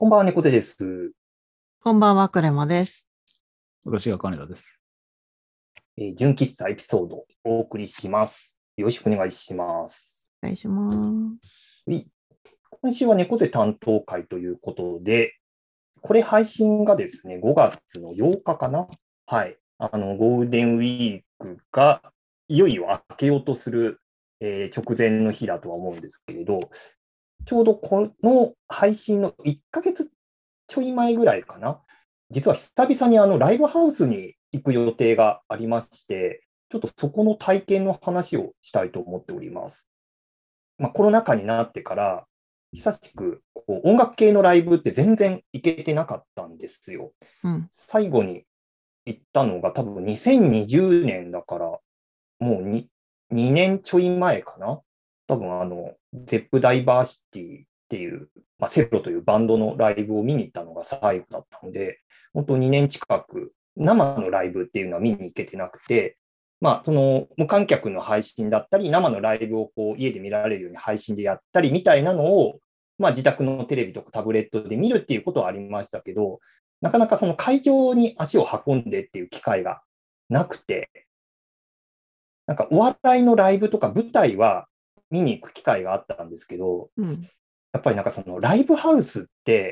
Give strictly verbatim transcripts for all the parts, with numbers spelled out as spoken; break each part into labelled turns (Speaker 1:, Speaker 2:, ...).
Speaker 1: こんばんは、猫背です。
Speaker 2: こんばんは、クレマです。
Speaker 3: 私が金田です。
Speaker 1: えー純喫茶エピソードをお送りします。よろしくお願いします。
Speaker 2: お願いします。
Speaker 1: はい。今週は猫背担当会ということで、これ配信がですね、ごがつのようかかな。はい。あの、ゴールデンウィークがいよいよ明けようとする、えー直前の日だとは思うんですけれど、ちょうどこの配信のいっかげつちょい前ぐらいかな。実は久々にあのライブハウスに行く予定がありまして、ちょっとそこの体験の話をしたいと思っております。まあ、コロナ禍になってから、久しくこう音楽系のライブって全然行けてなかったんですよ。
Speaker 2: うん。
Speaker 1: 最後に行ったのが多分にせんにじゅうねんだから、もう 2, にねんちょい前かな。多分あの、ゼップダイバーシティっていう、まあ、セロというバンドのライブを見に行ったのが最後だったので、本当にねん近く生のライブっていうのは見に行けてなくて、まあ、その無観客の配信だったり、生のライブをこう家で見られるように配信でやったりみたいなのを、まあ、自宅のテレビとかタブレットで見るっていうことはありましたけど、なかなかその会場に足を運んでっていう機会がなくて、なんかお笑いのライブとか舞台は見に行く機会があったんですけど、
Speaker 2: うん。
Speaker 1: やっぱりなんかそのライブハウスって、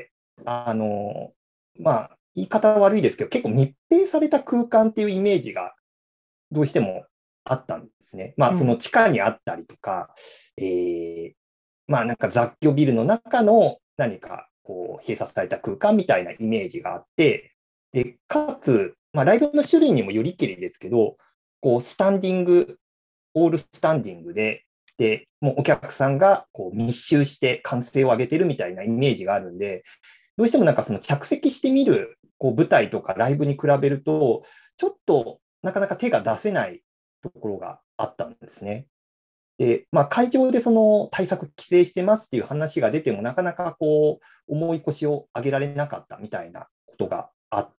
Speaker 1: あの、まあ、言い方悪いですけど、結構密閉された空間っていうイメージがどうしてもあったんですね。まあ、その
Speaker 2: うん。
Speaker 1: 地下にあったりとか、えー、まあなんか雑居ビルの中の何かこう閉鎖された空間みたいなイメージがあって、で、かつ、まあライブの種類にもよりけりですけど、こうスタンディング、オールスタンディングで、で、もうお客さんがこう密集して歓声を上げてるみたいなイメージがあるんで、どうしてもなんかその着席してみるこう舞台とかライブに比べると、ちょっとなかなか手が出せないところがあったんですね。で、まあ、会場でその対策規制してますっていう話が出ても、なかなかこう重い腰を上げられなかったみたいなことがあって、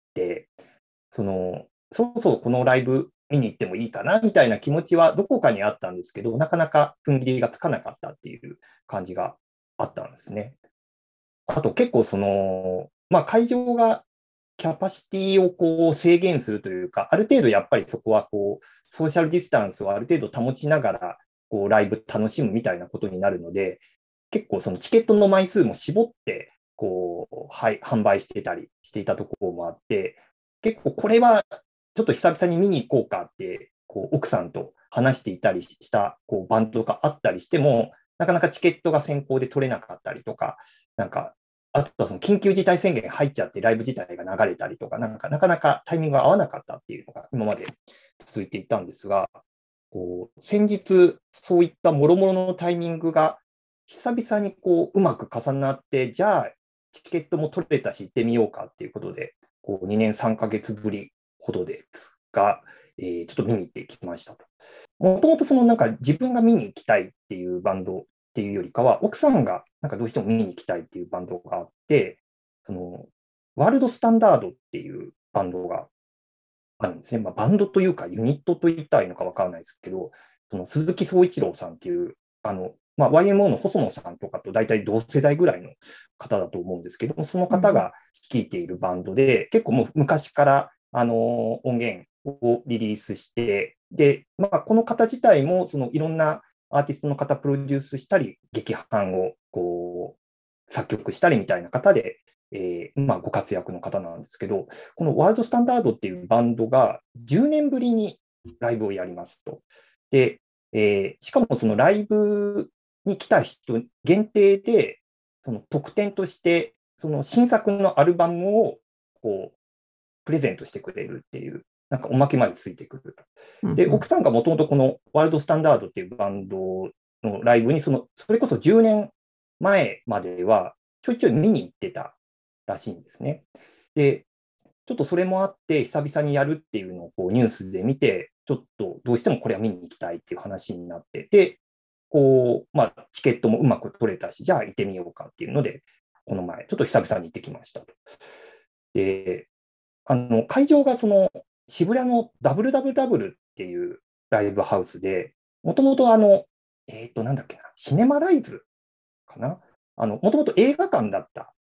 Speaker 1: そのそろそろこのライブ見に行ってもいいかなみたいな気持ちはどこかにあったんですけど、なかなか踏ん切りがつかなかったっていう感じがあったんですね。あと結構その、まあ、会場がキャパシティをこう制限するというか、ある程度やっぱりそこはこうソーシャルディスタンスをある程度保ちながらこうライブ楽しむみたいなことになるので、結構そのチケットの枚数も絞ってこう、はい、販売してたりしていたところもあって、結構これはちょっと久々に見に行こうかってこう奥さんと話していたりしたこうバンドがあったりしても、なかなかチケットが先行で取れなかったりとか、なんかあとはその緊急事態宣言入っちゃってライブ自体が流れたりとか、なんかなかなかタイミングが合わなかったっていうのが今まで続いていたんですが、こう先日そういったもろもろのタイミングが久々にこううまく重なって、じゃあチケットも取れたし行ってみようかっていうことで、こうにねんさんかげつぶりほどですが、えーちょっと見に行ってきましたと。もともとそのなんか自分が見に行きたいっていうバンドっていうよりかは、奥さんがなんかどうしても見に行きたいっていうバンドがあって、そのワールドスタンダードっていうバンドがあるんですね。まあ、バンドというかユニットと言ったらいいのかわからないですけど、その鈴木総一郎さんっていう、あのまあ、ワイエムオー の細野さんとかと大体同世代ぐらいの方だと思うんですけども、その
Speaker 2: うん。
Speaker 1: 方が率いているバンドで、結構もう昔からあの音源をリリースして、で、まあ、この方自体もそのいろんなアーティストの方プロデュースしたり、劇伴をこう作曲したりみたいな方で、えーまあ、ご活躍の方なんですけど、このワールドスタンダードっていうバンドがじゅうねんぶりにライブをやりますと。で、えーしかもそのライブに来た人限定で、その特典として、その新作のアルバムをこうプレゼントしてくれるっていう、なんかおまけまでついてくると。で、
Speaker 2: うん。
Speaker 1: 奥さんがもともとこのワールドスタンダードっていうバンドのライブにその、それこそじゅうねんまえまではちょいちょい見に行ってたらしいんですね。で、ちょっとそれもあって、久々にやるっていうのをこうニュースで見て、ちょっとどうしてもこれは見に行きたいっていう話になって、で、こう、まあ、チケットもうまく取れたし、じゃあ行ってみようかっていうので、この前、ちょっと久々に行ってきましたと。で、あの会場がその渋谷の ダブリューダブリューダブリュー っていうライブハウスで、もともとあの、えっ、と、なんだっけな、シネマライズかな、あの、もともと映画館だった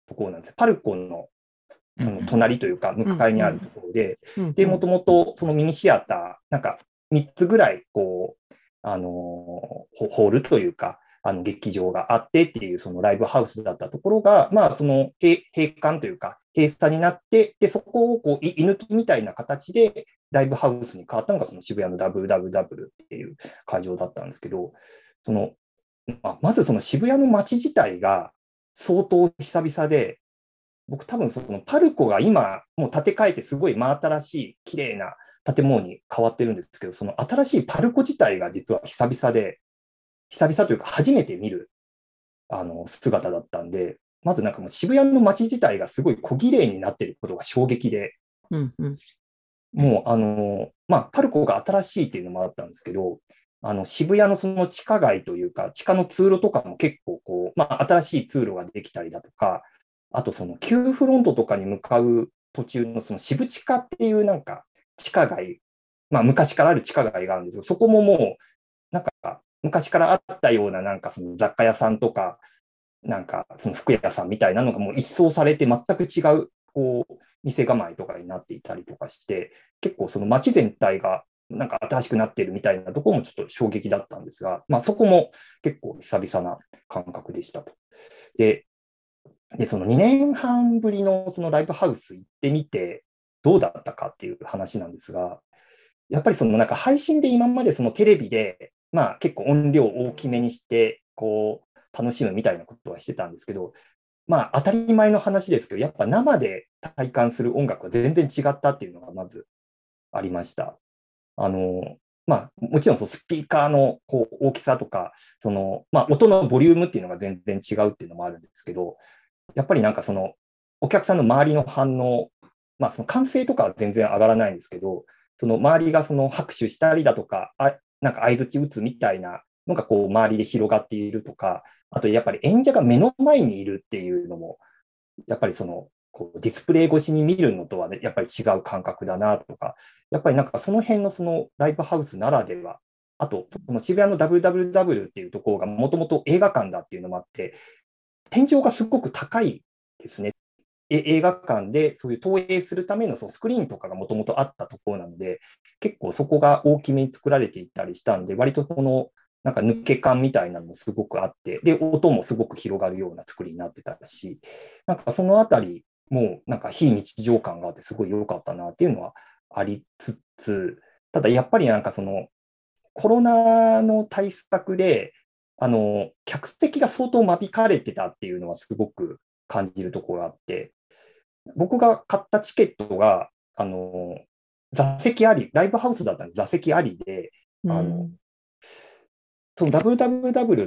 Speaker 1: ところなんです。パルコのその隣というか、向かいにあるところで、
Speaker 2: うんうん、
Speaker 1: で、もともとそのミニシアター、なんかみっつぐらい、こう、あのーホホールというか、あの劇場があってっていうそのライブハウスだったところが、まあ、その閉閉館というか、閉鎖になって、で、そこをこう居抜きみたいな形でライブハウスに変わったのが、その渋谷の ダブリューダブリューダブリュー っていう会場だったんですけど、その、まあ、まずその渋谷の街自体が相当久々で、僕多分そのパルコが今もう建て替えてすごい真新しい綺麗な建物に変わってるんですけど、その新しいパルコ自体が実は久々で、久々というか初めて見るあの姿だったんで、まずなんかもう渋谷の街自体がすごい小綺麗になっていることが衝撃で、
Speaker 2: うんうん、
Speaker 1: もうあの、まあ、パルコが新しいっていうのもあったんですけど、あの渋谷のその地下街というか、地下の通路とかも結構こう、まあ、新しい通路ができたりだとか、あとその旧フロントとかに向かう途中のその渋地下っていうなんか地下街、まあ、昔からある地下街があるんですけど、そこももうなんか昔からあったようななんかその雑貨屋さんとか、なんかその服屋さんみたいなのがもう一掃されて全く違うこう店構えとかになっていたりとかして、結構その街全体がなんか新しくなっているみたいなところもちょっと衝撃だったんですが、まあ、そこも結構久々な感覚でしたと。で、でそのにねんはんぶりのそのライブハウス行ってみてどうだったかっていう話なんですが、やっぱりそのなんか配信で今までそのテレビで、まあ、結構音量大きめにしてこう楽しむみたいなことはしてたんですけど、まあ、当たり前の話ですけど、やっぱ生で体感する音楽は全然違ったっていうのがまずありました。あのまあ、もちろんそのスピーカーのこう大きさとか、そのまあ、音のボリュームっていうのが全然違うっていうのもあるんですけど、やっぱりなんかそのお客さんの周りの反応、まあ、その歓声とかは全然上がらないんですけど、その周りがその拍手したりだとか、あなんか相槌打つみたいなのがこう周りで広がっているとか、あとやっぱり演者が目の前にいるっていうのも、やっぱりそのこうディスプレイ越しに見るのとは、ね、やっぱり違う感覚だなとか、やっぱりなんかその辺のそのライブハウスならでは、あと、その渋谷の ダブリューダブリューダブリュー っていうところがもともと映画館だっていうのもあって、天井がすごく高いですね。映画館でそういう投影するためのそのスクリーンとかがもともとあったところなので、結構そこが大きめに作られていたりしたんで、割とこのなんか抜け感みたいなのもすごくあって、で、音もすごく広がるような作りになってたし、なんかそのあたりもなんか非日常感があってすごい良かったなっていうのはありつつ、ただやっぱりなんかそのコロナの対策で、あの、客席が相当間引かれてたっていうのはすごく感じるところがあって、僕が買ったチケットが、あの、座席あり、ライブハウスだったんで座席ありで、あの、その ダブリューダブリューダブリュー って、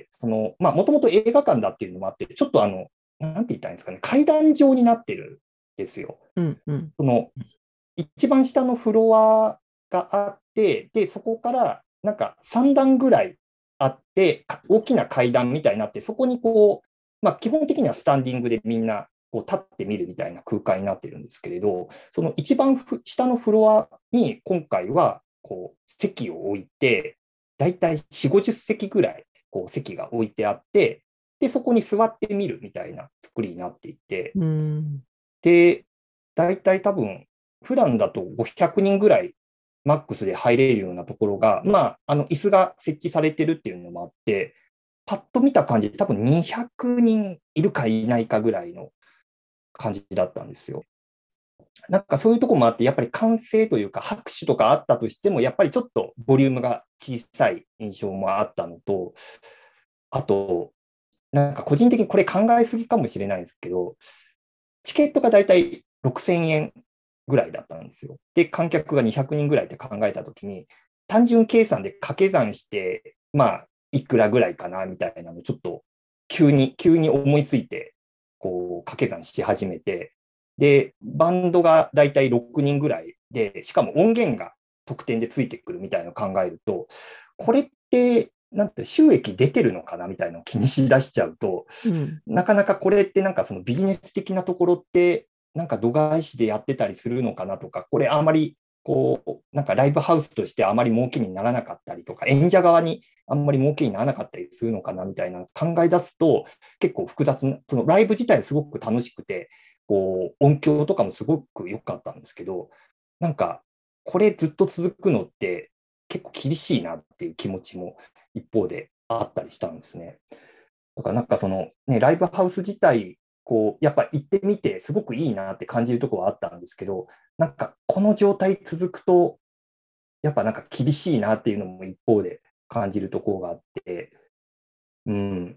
Speaker 1: その、まあ、もともと映画館だっていうのもあって、ちょっとあの、なんて言ったらいいんですかね、階段状になってるんですよ。
Speaker 2: うんうん、
Speaker 1: その、一番下のフロアがあって、で、そこからなんかさん段ぐらいあって、大きな階段みたいになって、そこにこう、まあ、基本的にはスタンディングでみんなこう立ってみるみたいな空間になってるんですけれど、その一番下のフロアに今回はこう席を置いて、だいたいよんじゅう、ごじゅっ席ぐらいこう席が置いてあって、で、そこに座ってみるみたいな作りになっていて、
Speaker 2: うん、
Speaker 1: で、だいたい多分、普段だとごひゃくにんぐらいマックスで入れるようなところが、まあ、あの椅子が設置されてるっていうのもあって、パッと見た感じで多分にひゃくにんいるかいないかぐらいの感じだったんですよ。なんかそういうところもあって、やっぱり歓声というか拍手とかあったとしても、やっぱりちょっとボリュームが小さい印象もあったのと、あと、なんか個人的にこれ考えすぎかもしれないんですけど、チケットがだいたいろくせんえんぐらいだったんですよ。で、観客がにひゃくにんぐらいって考えたときに、単純計算で掛け算して、まあ、いくらぐらいかなみたいなのをちょっと急に、急に思いついて、こう、掛け算し始めて、で、バンドがだいたいろくにんぐらいで、しかも音源が特典でついてくるみたいなのを考えると、これって、なんて収益出てるのかなみたいなのを気にしだしちゃうと、
Speaker 2: うん、
Speaker 1: なかなかこれってなんかそのビジネス的なところってなんか度外視でやってたりするのかなとか、これあまりこう、なんかライブハウスとしてあまり儲けにならなかったりとか、演者側にあんまり儲けにならなかったりするのかなみたいなのを考え出すと、結構複雑な、そのライブ自体すごく楽しくて、こう、音響とかもすごく良かったんですけど、なんか、これずっと続くのって結構厳しいなっていう気持ちも一方であったりしたんですね。だからなんかそのね、ライブハウス自体、こう、やっぱ行ってみてすごくいいなって感じるところはあったんですけど、なんかこの状態続くと、やっぱなんか厳しいなっていうのも一方で感じるところがあって、うん、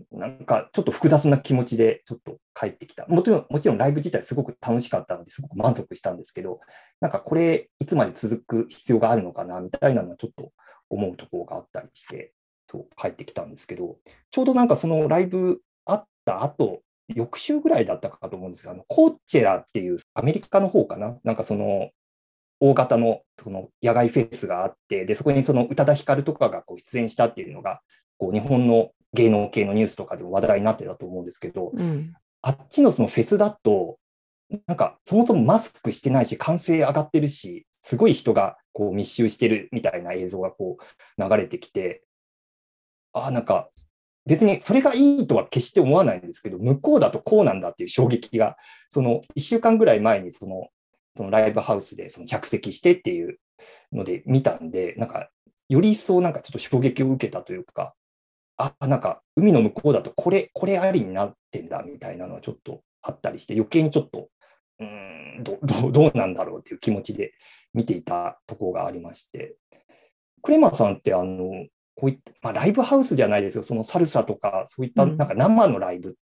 Speaker 1: なんかちょっと複雑な気持ちでちょっと帰ってきた。もちろん、もちろんライブ自体すごく楽しかったので、すごく満足したんですけど、なんかこれいつまで続く必要があるのかなみたいなのはちょっと思うところがあったりして、そう帰ってきたんですけど、ちょうどなんかそのライブあった後、翌週ぐらいだったかと思うんですが、あのコーチェラっていうアメリカの方かな、なんかその大型のその野外フェスがあって、でそこにその宇多田ヒカルとかがこう出演したっていうのが、こう日本の芸能系のニュースとかでも話題になってたと思うんですけど、
Speaker 2: うん、
Speaker 1: あっちのそのフェスだと、なんかそもそもマスクしてないし、歓声上がってるし、すごい人がこう密集してるみたいな映像がこう流れてきて、ああ、なんか別にそれがいいとは決して思わないんですけど、向こうだとこうなんだっていう衝撃が、そのいっしゅうかんぐらい前にそのそのライブハウスでその着席してっていうので見たんで、なんかより一層なんかちょっと衝撃を受けたというか、あ、なんか海の向こうだとこれ、これありになってんだみたいなのはちょっとあったりして、余計にちょっと、うーん、どどどうなんだろうっていう気持ちで見ていたところがありまして、クレマさんってあの、こういった、まあ、ライブハウスじゃないですよ、そのサルサとか、そういったなん
Speaker 2: うん、
Speaker 1: か生のライブって、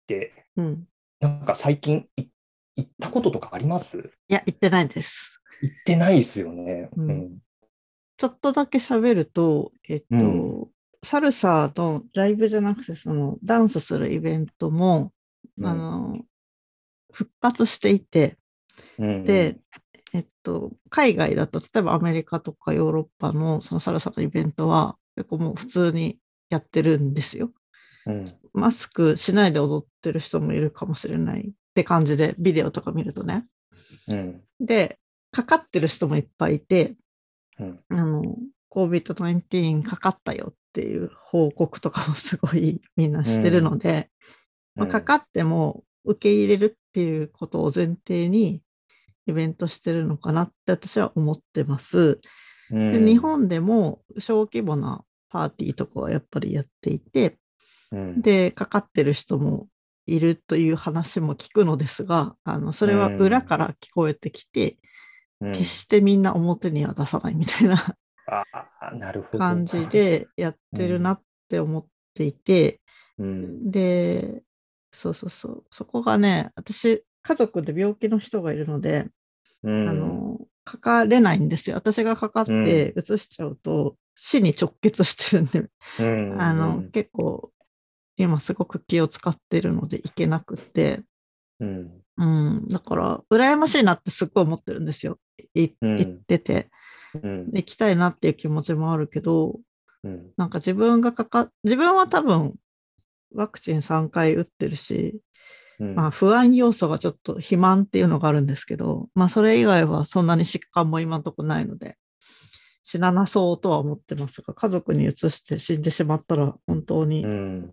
Speaker 2: うん。
Speaker 1: なんか最近い行ったこととかあります？
Speaker 2: いや、言ってないです。
Speaker 1: 行ってないですよね。
Speaker 2: うん。
Speaker 1: うん。
Speaker 2: ちょっとだけ喋ると、えっ
Speaker 1: うん。
Speaker 2: と、サルサのライブじゃなくて、そのダンスするイベントも、
Speaker 1: うん。
Speaker 2: あの、復活していて、
Speaker 1: うん。う
Speaker 2: で、
Speaker 1: ん。
Speaker 2: えっと、海外だと、例えばアメリカとかヨーロッパのそのサルサのイベントは、結構もう普通にやってるんですよ。
Speaker 1: うん。
Speaker 2: マスクしないで踊ってる人もいるかもしれないって感じで、ビデオとか見るとね。
Speaker 1: うん。
Speaker 2: で、かかってる人もいっぱいいて、
Speaker 1: うん。
Speaker 2: あの、コービッドナインティーン かかったよっていう報告とかもすごいみんなしてるので、まあ、かかっても受け入れるっていうことを前提にイベントしてるのかなって私は思ってます。
Speaker 1: う
Speaker 2: で、日
Speaker 1: ん。
Speaker 2: 本でも小規模なパーティーとかはやっぱりやっていて、
Speaker 1: うん。
Speaker 2: で、かかってる人もいるという話も聞くのですが、あの、そ
Speaker 1: う
Speaker 2: れは裏
Speaker 1: ん。
Speaker 2: から聞こえてきて、決
Speaker 1: うん。
Speaker 2: してみんな表には出さないみたいな
Speaker 1: ああ、なるほど。
Speaker 2: 感じでやっ
Speaker 1: うん。
Speaker 2: てるなって思っていて、
Speaker 1: うん。
Speaker 2: で、そうそうそう、そこがね、私、家族で病気の人がいるので、
Speaker 1: う
Speaker 2: あ
Speaker 1: ん。
Speaker 2: の、かかれないんですよ。私がかかって
Speaker 1: うん。
Speaker 2: 移しちゃうと死に直結してるんで、
Speaker 1: う
Speaker 2: あの、
Speaker 1: ん。
Speaker 2: 結構今すごく気を使ってるので行けなくて、
Speaker 1: うん。
Speaker 2: うん、だから羨ましいなってすっごい思ってるんですよ。い行っ
Speaker 1: うん。
Speaker 2: てて。
Speaker 1: うん。
Speaker 2: 行きたいなっていう気持ちもあるけど、
Speaker 1: うん。
Speaker 2: なんか自分がかか、自分は多分ワクチンさんかい打ってるし、まあ
Speaker 1: うん。
Speaker 2: 不安要素がちょっと肥満っていうのがあるんですけど、まあそれ以外はそんなに疾患も今のとこないので、死ななそうとは思ってますが、家族に移して死んでしまったら本当に
Speaker 1: うん。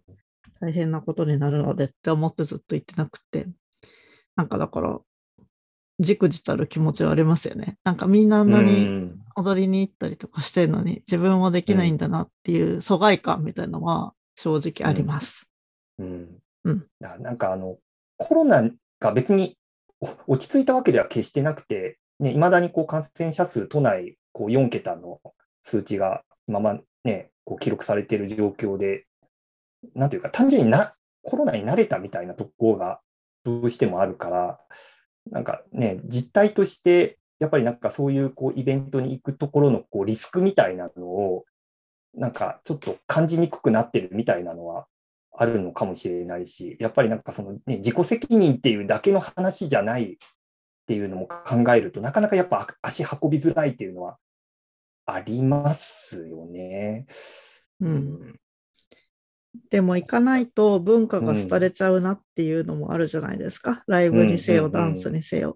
Speaker 2: 大変なことになるのでって思ってずっと言ってなくて、なんかだからじくじたる気持ちはありますよね。なんかみんなあん
Speaker 1: う
Speaker 2: なに
Speaker 1: ん。
Speaker 2: 踊りに行ったりとかしてるのに自分はできないんだなっていう疎外感みたいなのは正直ありま
Speaker 1: うん。
Speaker 2: す。
Speaker 1: うん。
Speaker 2: うん。
Speaker 1: ななんかあの、コロナが別にお落ち着いたわけでは決してなくて、ね、未だにこう感染者数、都内こうよん桁の数値が今まね、こう記録されている状況で、なんというか、単純になコロナに慣れたみたいなところがどうしてもあるから、なんかね、実態として、やっぱりなんかそういうこうイベントに行くところのこうリスクみたいなのを、なんかちょっと感じにくくなってるみたいなのはあるのかもしれないし、やっぱりなんかその、ね、自己責任っていうだけの話じゃないっていうのも考えると、なかなかやっぱ足運びづらいっていうのはありますよね。
Speaker 2: うん。
Speaker 1: うん。
Speaker 2: でも行かないと文化が廃れ
Speaker 1: うん。
Speaker 2: ちゃうなっていうのもあるじゃないですか。ライ
Speaker 1: うん。
Speaker 2: ブにせよ、
Speaker 1: うん。う
Speaker 2: ダンス
Speaker 1: ん。
Speaker 2: にせよ。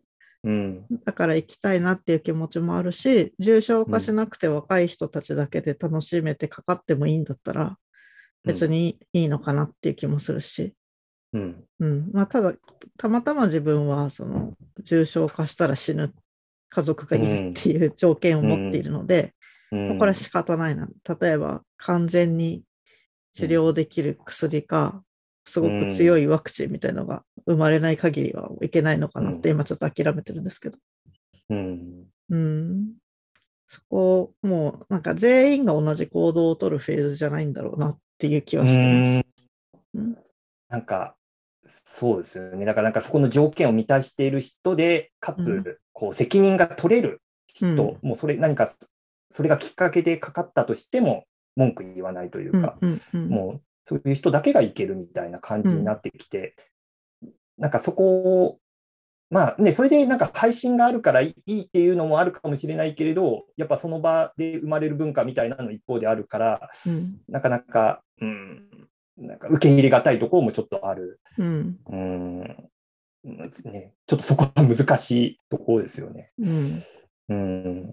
Speaker 1: うん。
Speaker 2: だから行きたいなっていう気持ちもあるし、重症化しなくて若い人たちだけで楽しめてかかってもいいんだったら、別にいいのかなっていう気もするし。
Speaker 1: うん。
Speaker 2: うん。まあ、ただ、たまたま自分は、その、重症化したら死ぬ家族がいるっていう条件を持っているので、まあ、これは仕方ないな。例えば、完全に治療できる薬か、すごく強いワクチンみたいなのが生まれない限りはいけないのかなって今ちょっと諦めてるんですけど。
Speaker 1: うん。
Speaker 2: うん。そこ、もうなんか全員が同じ行動を取るフェーズじゃないんだろうなっていう気はしてます。うん、
Speaker 1: なんか、そうですよね。だからなんかそこの条件を満たしている人で、かつ、こう責任が取れる人、うん、もうそれ何か、それがきっかけでかかったとしても文句言わないというか、
Speaker 2: うんうんうん、
Speaker 1: もうそういう人だけがいけるみたいな感じになってきて、うん、なんかそこを、まあね、それでなんか配信があるからいいっていうのもあるかもしれないけれど、やっぱその場で生まれる文化みたいなの一方であるから、うん、なかなか、うん、なんか受け入れがたいところもちょっとある。
Speaker 2: うん。
Speaker 1: うん、ね、ちょっとそこは難しいところですよね。
Speaker 2: うん。
Speaker 1: うん。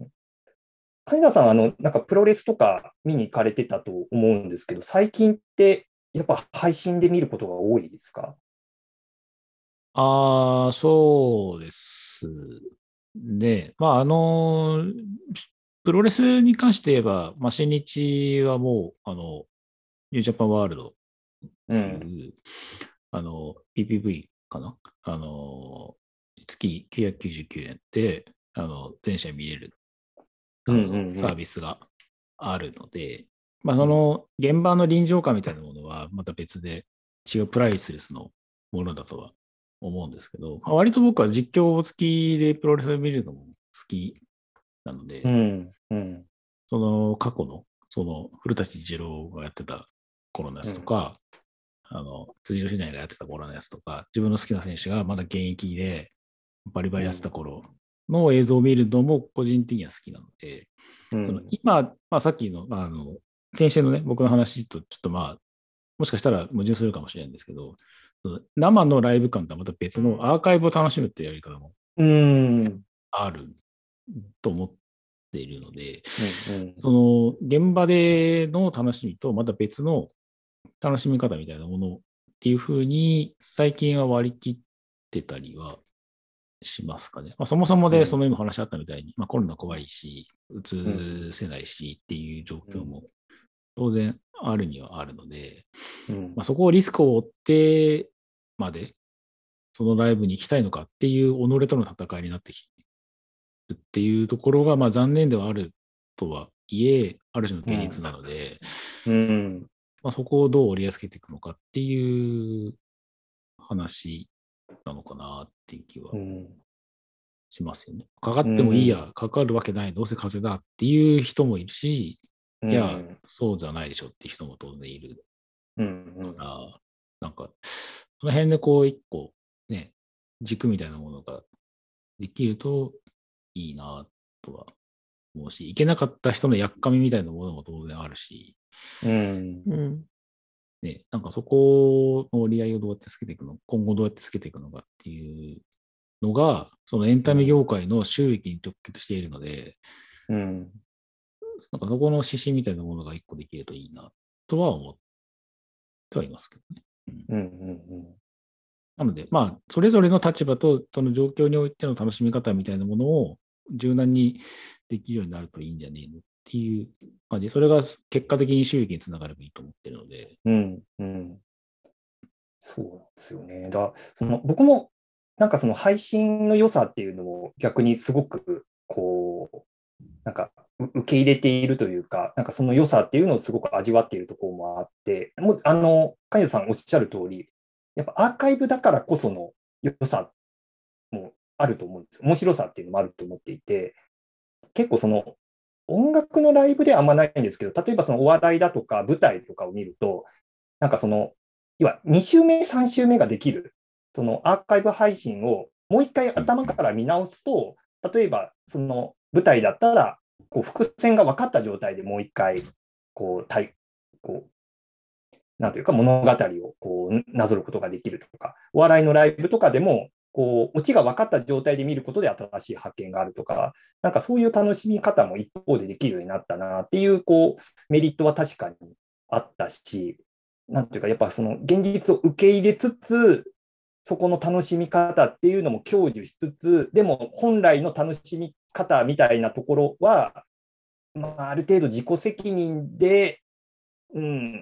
Speaker 1: 金田さん、あの、なんかプロレスとか見に行かれてたと思うんですけど、最近ってやっぱ配信で見ることが多いですか？
Speaker 3: ああ、そうですね。まあ、あの、プロレスに関して言えば、まあ、新日はもう、あの、ニュージャパンワールドっていう、うん、あの、ピーピーブイ かなあの、月きゅうひゃくきゅうじゅうきゅうえんで、あの、全試合見れる、あの、うんうんうん、サービスがあるので、まあ、その、現場の臨場感みたいなものは、また別で違うプライスレスのものだとは思うんですけど、まあ、割と僕は実況付きでプロレスを見るのも好きなので、
Speaker 1: うんうん、
Speaker 3: その過去の、その古舘一郎がやってた頃のやつとか、うん、あの、辻吉成がやってた頃のやつとか、自分の好きな選手がまだ現役でバリバリやってた頃の映像を見るのも個人的には好きなので、うん、その今、まあ、さっきの、あの、先週のね、僕の話とちょっとまあ、もしかしたら矛盾するかもしれないんですけど、生のライブ感とはまた別のアーカイブを楽しむっていうやり方もあると思っているので、うんうん、その現場での楽しみとまた別の楽しみ方みたいなものっていうふうに最近は割り切ってたりはしますかね。まあ、そもそもでその今話あったみたいに、うん、まあ、コロナ怖いし、うつせないしっていう状況も当然あるにはあるので、うんまあ、そこをリスクを負ってまでそのライブに行きたいのかっていう己との戦いになってきるっていうところがまあ残念ではあるとはいえ、ある種の現実なので、うんうんまあ、そこをどう折り合いつけていくのかっていう話なのかなっていう気はしますよね。かかってもいいや、かかるわけない、どうせ風邪だっていう人もいるし、いや、そうじゃないでしょっていう人も当然いるから、うんなんか、その辺でこう一個ね、軸みたいなものができるといいなとは思うし、いけなかった人のやっかみみたいなものも当然あるし、うんね、なんかそこの折り合いをどうやってつけていくの、今後どうやってつけていくのかっていうのが、そのエンタメ業界の収益に直結しているので、うん、なんかそこの指針みたいなものが一個できるといいなとは思ってはいますけどね。うんうんうんうんなので、まあ、それぞれの立場とその状況においての楽しみ方みたいなものを柔軟にできるようになるといいんじゃねえのっていう感じで、それが結果的に収益につながればいいと思ってるので。
Speaker 1: うんうん、そうなんですよね。だその僕もなんかその配信の良さっていうのを逆にすごくこう、なんか受け入れているというか、なんかその良さっていうのをすごく味わっているところもあって、もうあの、金田さんおっしゃる通り、やっぱアーカイブだからこその良さもあると思うんですよ。面白さっていうのもあると思っていて、結構その音楽のライブではあんまないんですけど、例えばそのお笑いだとか舞台とかを見ると、なんかその、要はに週目、さん週目ができる、そのアーカイブ配信をもう一回頭から見直すと、例えばその舞台だったら、こう伏線が分かった状態でもう一回、こう、対こうなんというか物語をこうなぞることができるとか、お笑いのライブとかでも、 こう、オチが分かった状態で見ることで新しい発見があるとか、なんかそういう楽しみ方も一方でできるようになったなっていう、こう、メリットは確かにあったし、なんていうか、やっぱその現実を受け入れつつ、そこの楽しみ方っていうのも享受しつつ、でも本来の楽しみ方みたいなところは、まあ、ある程度自己責任で、うん、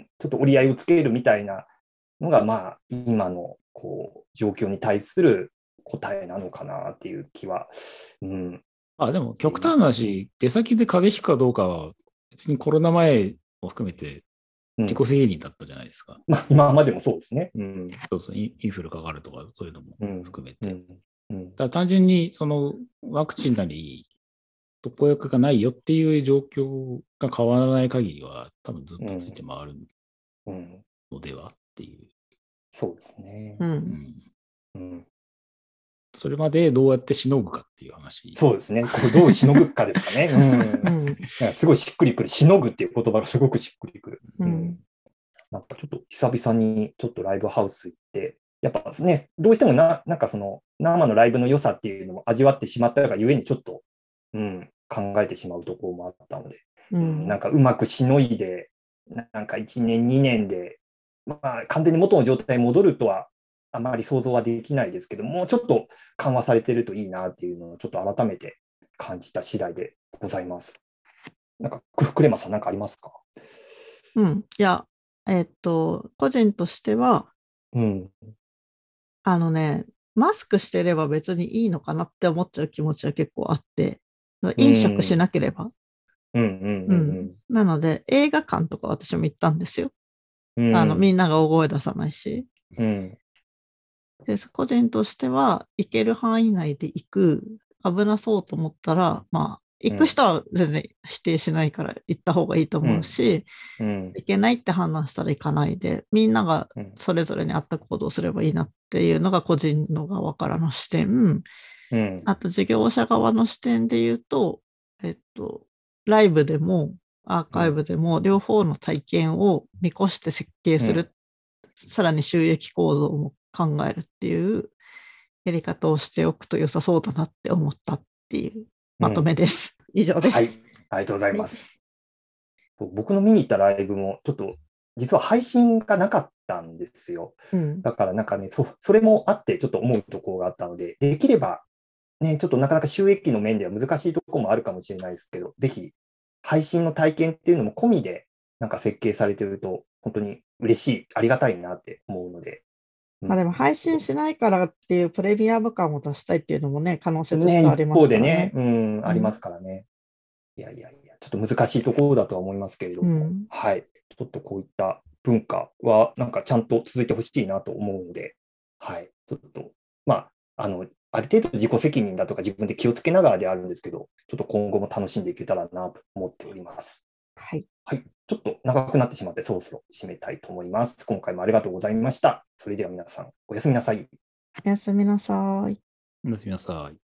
Speaker 1: ちょっと折り合いをつけるみたいなのが、まあ、今のこう状況に対する答えなのかなっていう気は、うん。
Speaker 3: あ、でも極端な話、出先で風邪ひくかどうかは、別にコロナ前も含めて自己責任だったじゃないですか。
Speaker 1: うん、まあ、今までもそうですね。うん、
Speaker 3: そうそう、インフルかかるとか、そういうのも含めて。
Speaker 1: うんうんうん、
Speaker 3: だから単純に、そのワクチンなり、特効薬がないよっていう状況が変わらない限りは、多分ずっとついて回るのではっていう。
Speaker 1: そうですね。
Speaker 2: うん
Speaker 3: うん
Speaker 1: うん、
Speaker 3: それまでどうやってしのぐかっていう話。
Speaker 1: そうですね。こうどうしのぐかですかね。うん
Speaker 2: うん
Speaker 1: なんかすごいしっくりくる。しのぐっていう言葉がすごくしっくりくる。
Speaker 2: う
Speaker 1: うんんなんかちょっと久々にちょっとライブハウス行って、やっぱね、どうしてもな、なんかその生のライブの良さっていうのも味わってしまったがゆえにちょっと、うん、考えてしまうところもあったので、
Speaker 2: う
Speaker 1: うん、なん
Speaker 2: ん
Speaker 1: かうまくしのいで、なんかいちねん、にねんで、まあ、完全に元の状態に戻るとはあまり想像はできないですけど、もうちょっと緩和されてるといいなっていうのをちょっと改めて感じた次第でございます。なんか、クレマさん、なんかありますか？
Speaker 2: うんいや、えっと、個人としては、
Speaker 1: うん。
Speaker 2: あのね、マスクしてれば別にいいのかなって思っちゃう気持ちは結構あって、
Speaker 1: う
Speaker 2: 飲食し
Speaker 1: ん。
Speaker 2: なければ。
Speaker 1: うんうん
Speaker 2: う
Speaker 1: うん
Speaker 2: ん。なので、映画館とか私も行ったんですよ。
Speaker 1: うん。
Speaker 2: あの、み
Speaker 1: うん。
Speaker 2: んなが大声出さないし。
Speaker 1: うん。
Speaker 2: で、個人としては、行ける範囲内で行く、危なそうと思ったら、まあ、行く人は全然否定しないから行った方がいいと思うし、
Speaker 1: うん。
Speaker 2: 行けないって判断したら行かないで、みんなが
Speaker 1: うん。
Speaker 2: それぞれに合った行動をすればいいなっていうのが個人の側からの視点。
Speaker 1: うん。
Speaker 2: あと事業者側の視点で言うと、えっと、ライブでもアーカイブでも両方の体験を見越して設計する、さらに収益構造も考えるっていうやり方をしておくと良さそうだなって思ったっていうまとめです。以上で
Speaker 1: はい。
Speaker 2: す。
Speaker 1: ありがとうございます。僕の見に行ったライブも、ちょっと、実は配信がなかったんですよ。
Speaker 2: うん。
Speaker 1: だからなんかね、そ、それもあって、ちょっと思うところがあったので、できれば、ね、ちょっとなかなか収益の面では難しいところもあるかもしれないですけど、ぜひ、配信の体験っていうのも込みで、なんか設計されてると、本当に嬉しい、ありがたいなって思うので。
Speaker 2: まあでも配信しないからっていうプレミアム感を出したいっていうのもね、可能性とし
Speaker 1: ね、
Speaker 2: てあり
Speaker 1: 一
Speaker 2: ますから
Speaker 1: 方でね、
Speaker 2: ね。
Speaker 1: うん、ありますからね。いやいやいや、ちょっと難しいところだとは思いますけれども、
Speaker 2: うん
Speaker 1: はい。ちょっとこういった文化は、なんかちゃんと続いてほしいなと思うので、はい。ちょっと、まあ、あの、ある程度自己責任だとか自分で気をつけながらであるんですけど、ちょっと今後も楽しんでいけたらなと思っております。
Speaker 2: はい。
Speaker 1: はい。ちょっと長くなってしまって、そろそろ締めたいと思います。今回もありがとうございました。それでは皆さん、おやすみなさい。
Speaker 2: おやすみなさい。
Speaker 3: おやすみなさい。